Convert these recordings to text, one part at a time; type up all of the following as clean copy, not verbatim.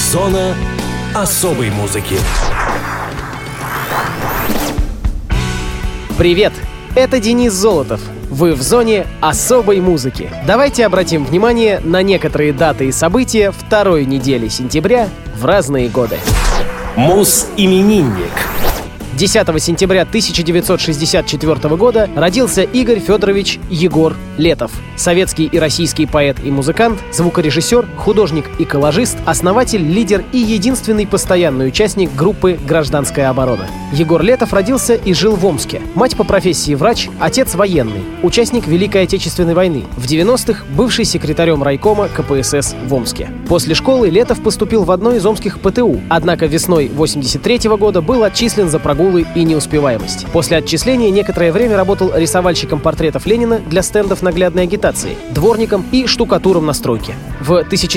Зона особой музыки. Привет! Это Денис Золотов. Вы в зоне особой музыки. Давайте обратим внимание на некоторые даты и события второй недели сентября в разные годы. Мус-именинник. 10 сентября 1964 года родился Игорь Федорович Егор Летов. Советский и российский поэт и музыкант, звукорежиссер, художник и коллажист, основатель, лидер и единственный постоянный участник группы «Гражданская оборона». Егор Летов родился и жил в Омске. Мать по профессии врач, отец военный, участник Великой Отечественной войны. В 90-х бывший секретарем райкома КПСС в Омске. После школы Летов поступил в одно из омских ПТУ, однако весной 1983 года был отчислен за прогулы и неуспеваемость. После отчисления некоторое время работал рисовальщиком портретов Ленина для стендов наглядной агитации, дворником и штукатуром на стройке. В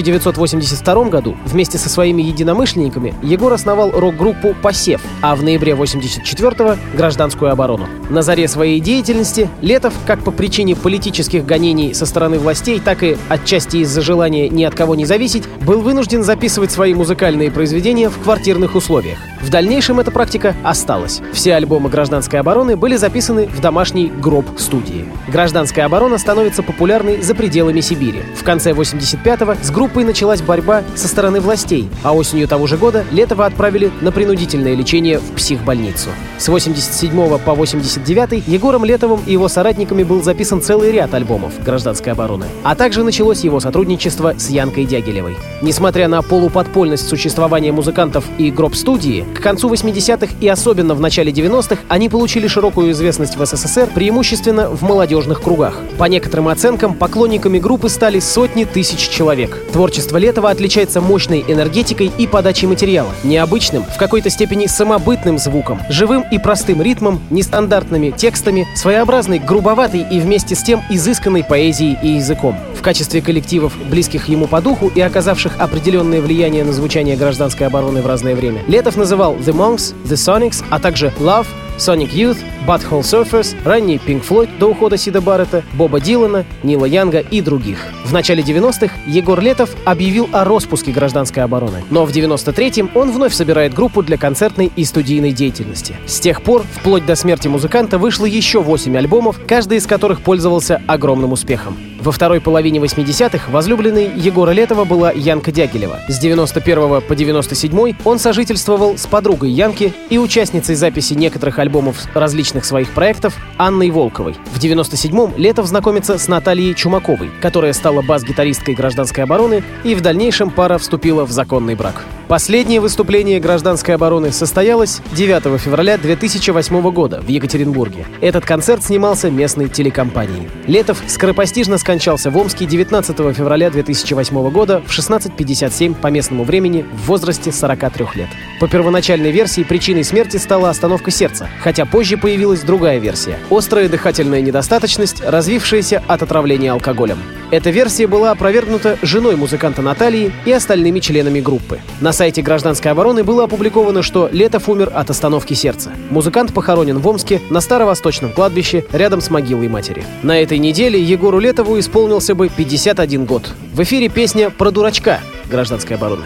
1982 году вместе со своими единомышленниками Егор основал рок-группу «Посев», а в ноябре 1984-го — «Гражданскую оборону». На заре своей деятельности Летов, как по причине политических гонений со стороны властей, так и отчасти из-за желания ни от кого не зависеть, был вынужден записывать свои музыкальные произведения в квартирных условиях. В дальнейшем эта практика осталась. Все альбомы «Гражданской обороны» были записаны в домашней гроб-студии. «Гражданская оборона» становится популярной за пределами Сибири. В конце 85-го с группой началась борьба со стороны властей, а осенью того же года Летова отправили на принудительное лечение в психбольницу. С 87 по 89 Егором Летовым и его соратниками был записан целый ряд альбомов «Гражданской обороны», а также началось его сотрудничество с Янкой Дягилевой. Несмотря на полуподпольность существования музыкантов и гроб-студии, к концу 80-х и особенно в начале 90-х они получили широкую известность в СССР, преимущественно в молодежных кругах. По некоторым оценкам, поклонниками группы стали сотни тысяч человек. Творчество Летова отличается мощной энергетикой и подачей материала, необычным, в какой-то степени самобытным звуком, живым и простым ритмом, нестандартными текстами, своеобразной, грубоватой и вместе с тем изысканной поэзией и языком. В качестве коллективов, близких ему по духу и оказавших определенное влияние на звучание «Гражданской обороны» в разное время, Летов называл The Monks, The Sonics, а также Love, Sonic Youth, Butthole Surfers, ранний Pink Floyd до ухода Сида Баррета, Боба Дилана, Нила Янга и других. В начале 90-х Егор Летов объявил о распуске «Гражданской обороны», но в 93-м он вновь собирает группу для концертной и студийной деятельности. С тех пор, вплоть до смерти музыканта, вышло еще 8 альбомов, каждый из которых пользовался огромным успехом. Во второй половине 80-х возлюбленной Егора Летова была Янка Дягилева. С 91 по 97 он сожительствовал с подругой Янки и участницей записи некоторых альбомов различных своих проектов Анной Волковой. В 97-м Летов знакомится с Натальей Чумаковой, которая стала бас-гитаристкой «Гражданской обороны», и в дальнейшем пара вступила в законный брак. Последнее выступление «Гражданской обороны» состоялось 9 февраля 2008 года в Екатеринбурге. Этот концерт снимался местной телекомпанией. Летов скоропостижно скончался в Омске 19 февраля 2008 года в 16:57 по местному времени в возрасте 43 лет. По первоначальной версии причиной смерти стала остановка сердца, хотя позже появилась другая версия — острая дыхательная недостаточность, развившаяся от отравления алкоголем. Эта версия была опровергнута женой музыканта Натальи и остальными членами группы. На сайте «Гражданской обороны» было опубликовано, что Летов умер от остановки сердца. Музыкант похоронен в Омске на Старовосточном кладбище рядом с могилой матери. На этой неделе Егору Летову исполнился бы 51 год. В эфире песня про дурачка «Гражданской обороны».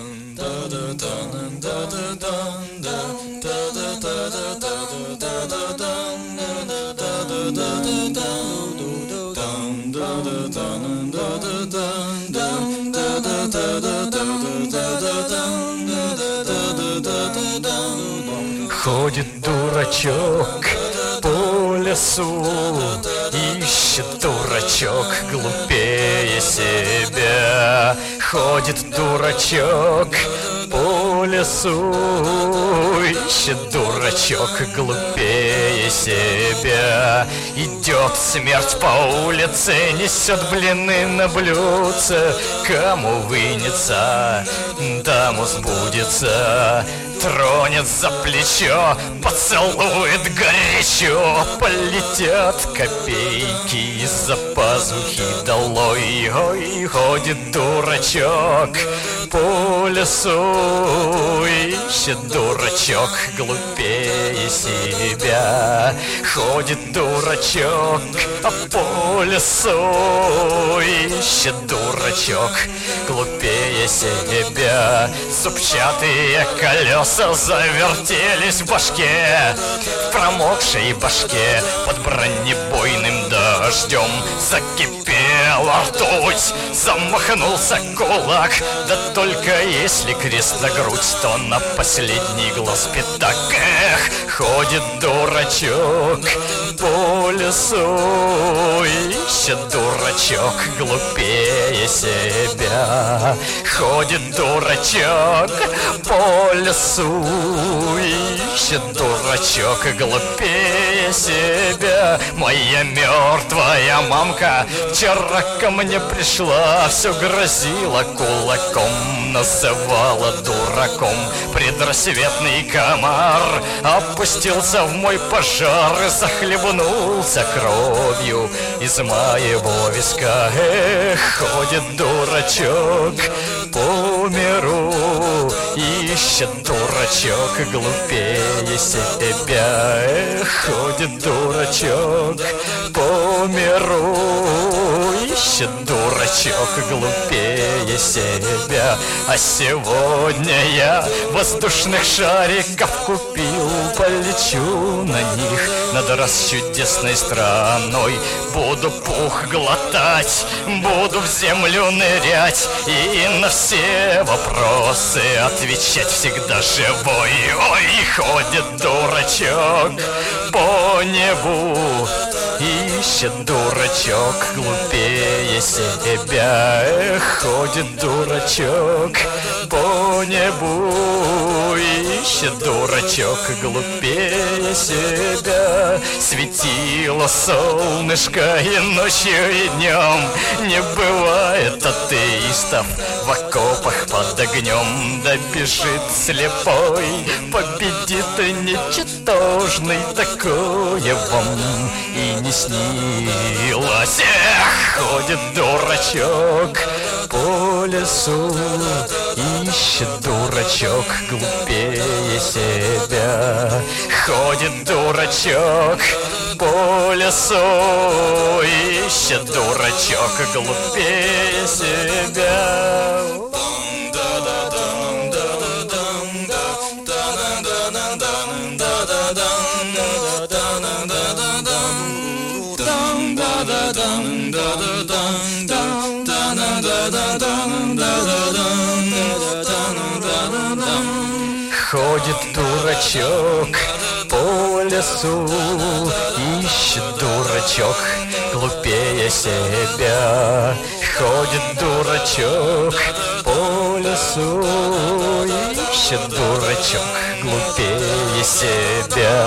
Ходит дурачок по лесу, ищет дурачок глупее себя. Ходит дурачок по лесу, ищет дурачок глупее себя. Идет смерть по улице, несет блины на блюдце. Кому вынется, тому сбудется. Тронет за плечо, поцелует горячо. Полетят копейки из-за пазухи долой. Ой, ходит дурачок по лесу ищет дурачок глупее себя. Ходит дурачок по лесу ищет дурачок глупее себя. Зубчатые колеса завертелись в башке, в промокшей башке под бронебойным дождем закипела ртуть, замахнулся кулак. Да только если крест на грудь, то на последний глаз пятак. Эх, ходит дурачок по лесу ищет дурачок глупее себя. Ходит дурачок по лесу ищет дурачок глупее себя. Моя мертвая мамка вчера ко мне пришла, все грозила кулаком, называла дураком. Предрассветный комар опустился в мой пожар и захлебнулся кровью из моего виска. Эх, ходит дурачок по миру ищет дурачок глупее себя. Эх, ходит дурачок по миру ищет дурачок глупее себя. А сегодня я воздушных шариков купил, полечу на них над расчудесной страной. Буду пух глотать, буду в землю нырять и на все вопросы отвечать всегда живой. Ой, ходит дурачок по небу ищет дурачок глупее себя. Эх, ходит дурачок по небу ищет дурачок глупее себя. Светило солнышко и ночью, и днем, не бывает атеистов в окопах под огнем. Да бежит слепой, победит ничтожный, такое вам и не снилось. Эх, ходит дурачок по лесу ищет дурачок глупее себя. Ходит дурачок по лесу ищет дурачок глупее себя. Ходит дурачок по лесу ищет дурачок глупее себя. Ходит дурачок по лесу ищет дурачок глупее себя.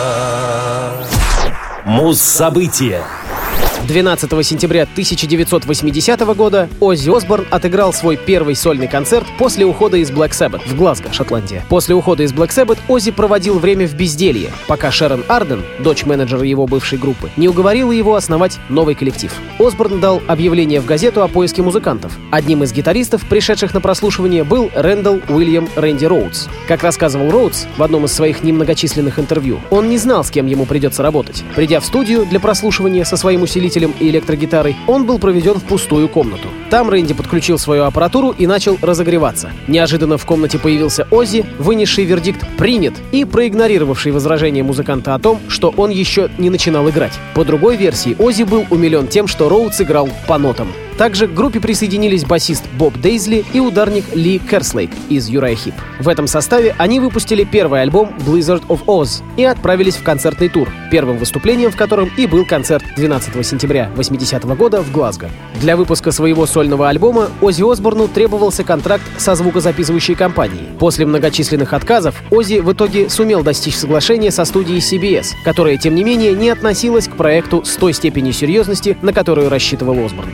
Муз-события. 12 сентября 1980 года Оззи Осборн отыграл свой первый сольный концерт после ухода из Black Sabbath в Глазго, Шотландия. После ухода из Black Sabbath Оззи проводил время в безделье, пока Шерон Арден, дочь менеджера его бывшей группы, не уговорила его основать новый коллектив. Осборн дал объявление в газету о поиске музыкантов. Одним из гитаристов, пришедших на прослушивание, был Рэндалл Уильям Рэнди Роудс. Как рассказывал Роудс в одном из своих немногочисленных интервью, он не знал, с кем ему придется работать. Придя в студию для прослушивания со своим усилителем и электрогитарой, он был проведен в пустую комнату. Там Рэнди подключил свою аппаратуру и начал разогреваться. Неожиданно в комнате появился Оззи, вынесший вердикт «принят» и проигнорировавший возражение музыканта о том, что он еще не начинал играть. По другой версии, Оззи был умилен тем, что Роудс играл по нотам. Также к группе присоединились басист Боб Дейзли и ударник Ли Керслейк из Uriah Heep. В этом составе они выпустили первый альбом Blizzard of Oz и отправились в концертный тур, первым выступлением в котором и был концерт 12 сентября 1980 года в Глазго. Для выпуска своего сольного альбома Оззи Осборну требовался контракт со звукозаписывающей компанией. После многочисленных отказов Оззи в итоге сумел достичь соглашения со студией CBS, которая, тем не менее, не относилась к проекту с той степенью серьезности, на которую рассчитывал Осборн. Они считали,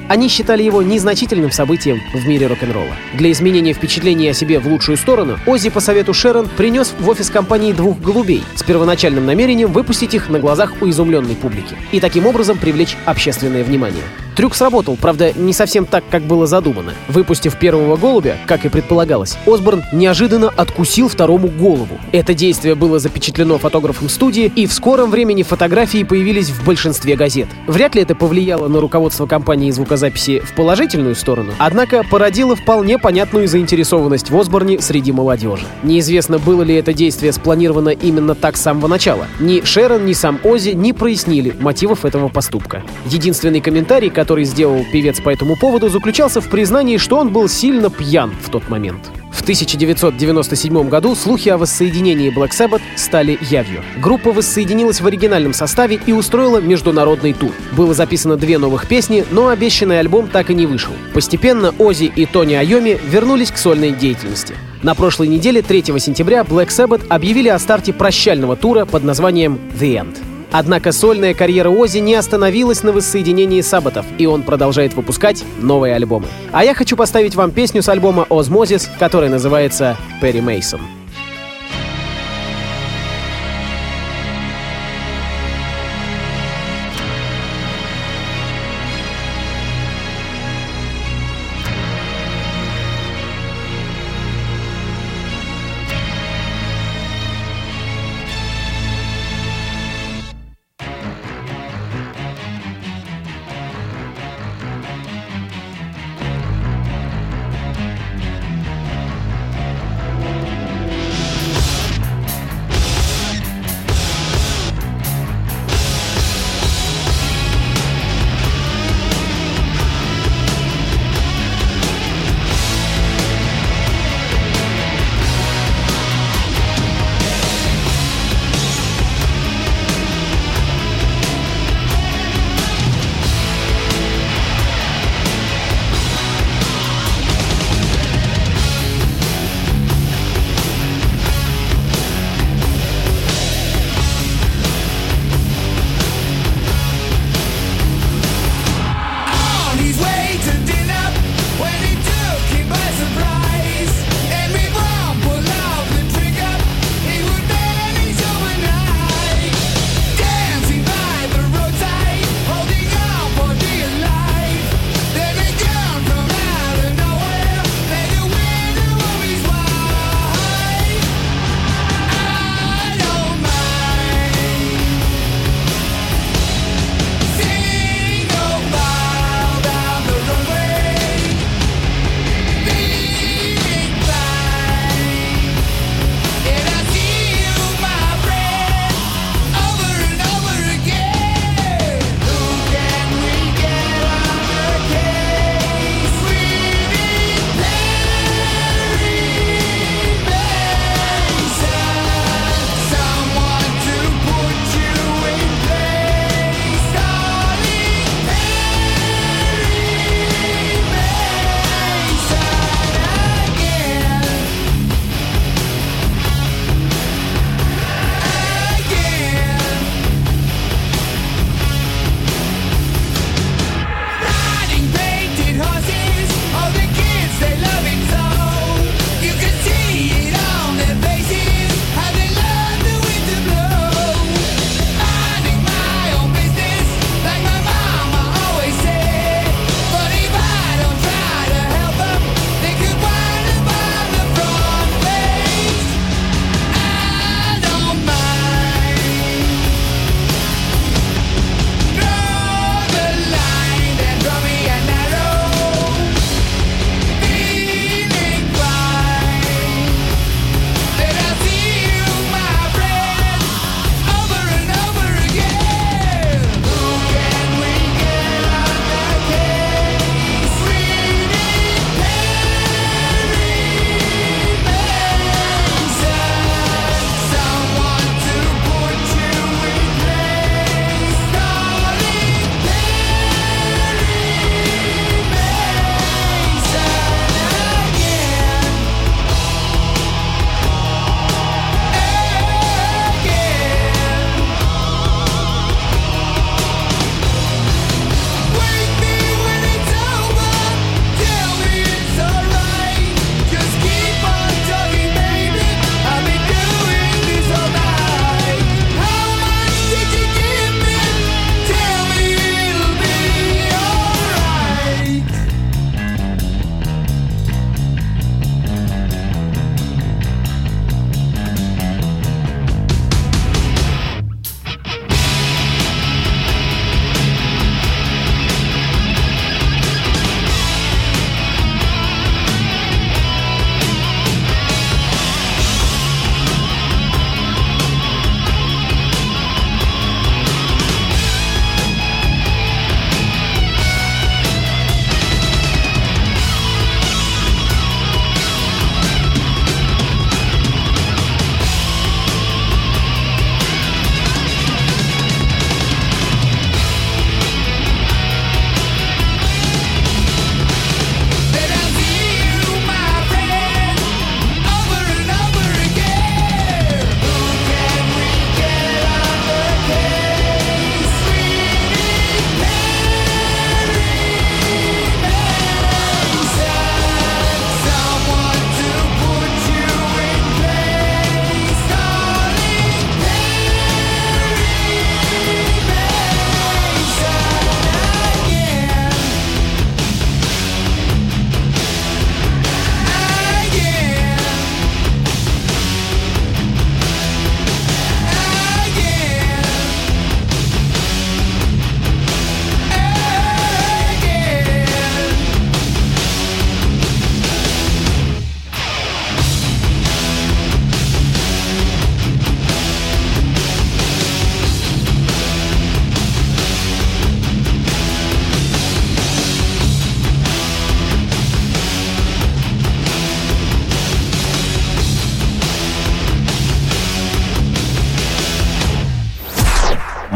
считали его незначительным событием в мире рок-н-ролла. Для изменения впечатления о себе в лучшую сторону Оззи по совету Шерон принес в офис компании двух голубей с первоначальным намерением выпустить их на глазах у изумленной публики и таким образом привлечь общественное внимание. Трюк сработал, правда, не совсем так, как было задумано. Выпустив первого голубя, как и предполагалось, Осборн неожиданно откусил второму голову. Это действие было запечатлено фотографом студии, и в скором времени фотографии появились в большинстве газет. Вряд ли это повлияло на руководство компании звукозаписи в положительную сторону, однако породило вполне понятную заинтересованность в Осборне среди молодежи. Неизвестно, было ли это действие спланировано именно так с самого начала. Ни Шерон, ни сам Оззи не прояснили мотивов этого поступка. Единственный комментарий, который сделал певец по этому поводу, заключался в признании, что он был сильно пьян в тот момент. В 1997 году слухи о воссоединении Black Sabbath стали явью. Группа воссоединилась в оригинальном составе и устроила международный тур. Было записано 2 новых песни, но обещанный альбом так и не вышел. Постепенно Оззи и Тони Айоми вернулись к сольной деятельности. На прошлой неделе, 3 сентября, Black Sabbath объявили о старте прощального тура под названием «The End». Однако сольная карьера Оззи не остановилась на воссоединении саббатов, и он продолжает выпускать новые альбомы. А я хочу поставить вам песню с альбома «Osmosis», которая называется «Perry Mason».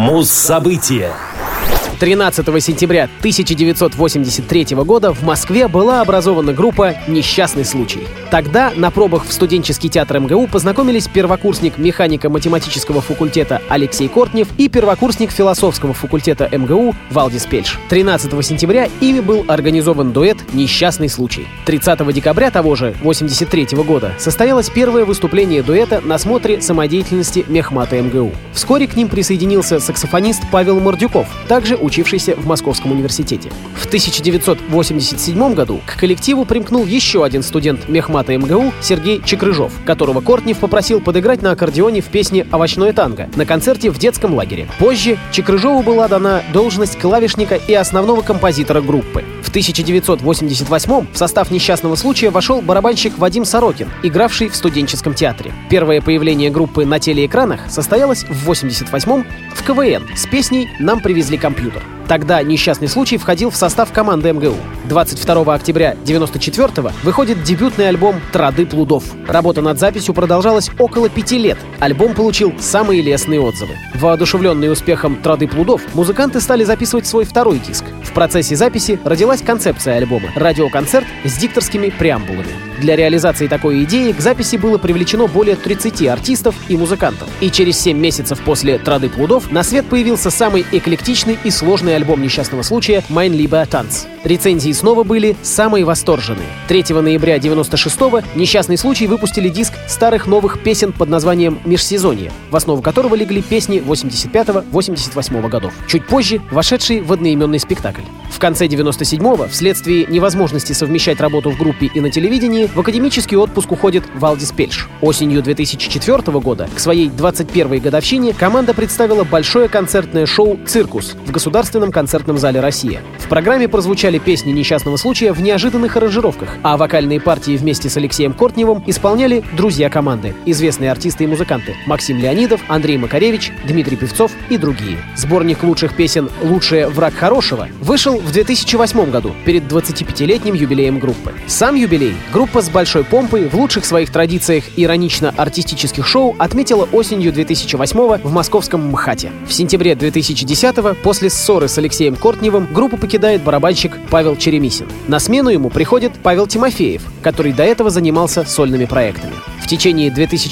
Муз-события. 13 сентября 1983 года в Москве была образована группа «Несчастный случай». Тогда на пробах в студенческий театр МГУ познакомились первокурсник механико-математического факультета Алексей Кортнев и первокурсник философского факультета МГУ Валдис Пельш. 13 сентября ими был организован дуэт «Несчастный случай». 30 декабря того же 1983 года состоялось первое выступление дуэта на смотре самодеятельности мехмата МГУ. Вскоре к ним присоединился саксофонист Павел Мордюков, также учившийся в Московском университете. В 1987 году к коллективу примкнул еще один студент мехмата МГУ Сергей Чекрыжов, которого Кортнев попросил подыграть на аккордеоне в песне «Овощное танго» на концерте в детском лагере. Позже Чекрыжову была дана должность клавишника и основного композитора группы. В 1988 в состав «Несчастного случая» вошел барабанщик Вадим Сорокин, игравший в студенческом театре. Первое появление группы на телеэкранах состоялось в 1988 в КВН с песней «Нам привезли компьютер». Тогда «Несчастный случай» входил в состав команды МГУ. 22 октября 1994-го выходит дебютный альбом «Троды плудов». Работа над записью продолжалась около 5 лет. Альбом получил самые лестные отзывы. Воодушевленные успехом «Троды плудов», музыканты стали записывать свой второй диск. В процессе записи родилась концепция альбома — радиоконцерт с дикторскими преамбулами. Для реализации такой идеи к записи было привлечено более 30 артистов и музыкантов. И через 7 месяцев после «Троды плудов» на свет появился самый эклектичный и сложный альбом «Несчастного случая» «Mein lieber Tanz». Рецензии снова были самые восторженные. 3 ноября 1996-го «Несчастный случай» выпустили диск старых новых песен под названием «Межсезонье», в основу которого легли песни 85-88 годов, чуть позже вошедшие в одноименный спектакль. В конце 97-го, вследствие невозможности совмещать работу в группе и на телевидении, в академический отпуск уходит Валдис Пельш. Осенью 2004 года, к своей 21-й годовщине, команда представила большое концертное шоу «Циркус» в Государственном концертном зале «Россия». В программе прозвучали песни «Несчастного случая» в неожиданных аранжировках, а вокальные партии вместе с Алексеем Кортневым исполняли друзья команды, известные артисты и музыканты Максим Леонидов, Андрей Макаревич, Дмитрий Певцов и другие. Сборник лучших песен «Лучшее враг хорошего» вышел в 2008 году, перед 25-летним юбилеем группы. Сам юбилей группа с большой помпой в лучших своих традициях иронично-артистических шоу отметила осенью 2008 в московском МХАТе. В сентябре 2010 после ссоры с Алексеем Кортневым группу покидает барабанщик Павел Черемисин. На смену ему приходит Павел Тимофеев, который до этого занимался сольными проектами. В течение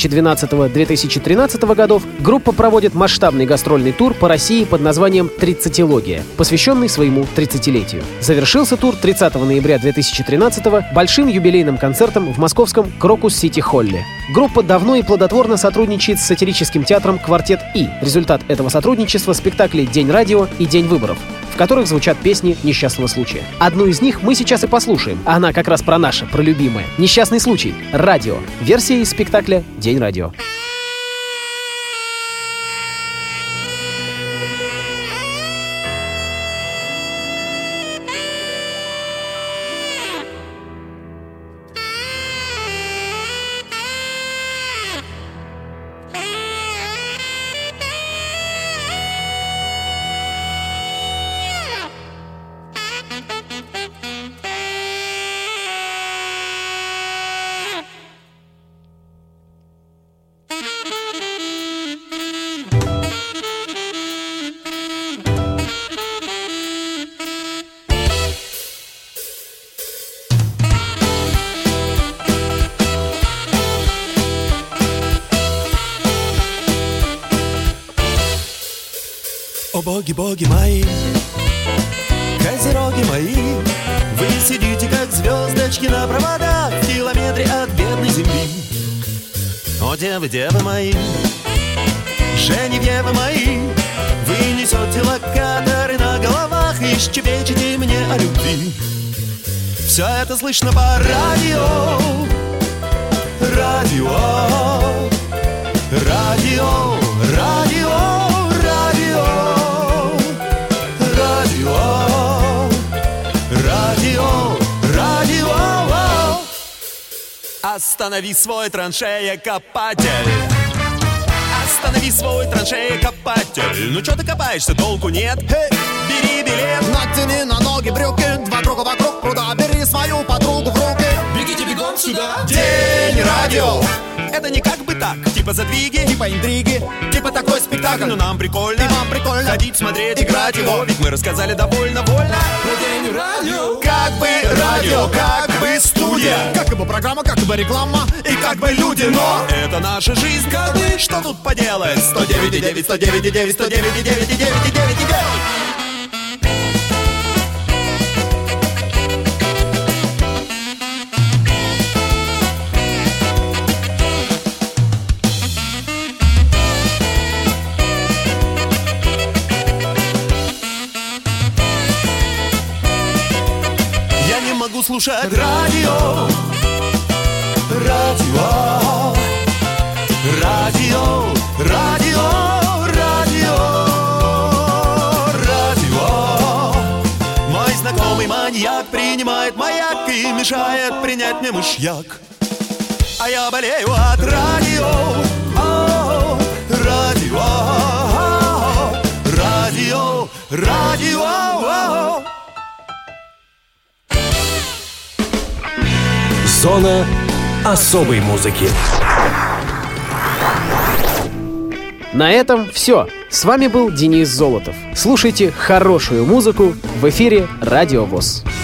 2012-2013 годов группа проводит масштабный гастрольный тур по России под названием «Тридцатилогия», посвященный своему 30-летию. Завершился тур 30 ноября 2013 большим юбилейным концертом в московском Крокус-Сити-Холле. Группа давно и плодотворно сотрудничает с сатирическим театром «Квартет И». Результат этого сотрудничества — спектакли «День радио» и «День выборов», в которых звучат песни «Несчастного случая». Одну из них мы сейчас и послушаем. Она как раз про наше, про любимое. «Несчастный случай» — радио. Версия из спектакля «День радио». О боги, боги мои, козероги мои, вы сидите как звездочки на проводах в километре от бедной земли. О девы, девы мои, Женевьевы мои, вы несете локаторы на головах и щебечете мне о любви. Все это слышно по радио, радио, радио, радио. Останови свой траншея-копатель, останови свой траншея-копатель. Ну чё ты копаешься, толку нет? Бери билет, натяни на ноги брюки, два круга вокруг пруда, бери свою подругу в руки. Бегите бегом сюда. День радио, Это не как бы так, типа задвиги, типа интриги, типа такой спектакль. Но нам прикольно, и вам прикольно ходить, смотреть, играть его. Ведь мы рассказали довольно вольно про день радио. Как бы радио, как бы студия, как бы программа, как бы реклама и как бы люди. Но это наша жизнь, как бы, что тут поделать? 109,9, 109,9, 109,9, 109,9. Могу слушать радио, радио, радио, радио, радио, радио. Мой знакомый маньяк принимает маяк и мешает принять мне мышьяк. А я болею от радио, радио, радио, радио. Зона особой музыки. На этом все. С вами был Денис Золотов. Слушайте хорошую музыку в эфире Радио ВОС.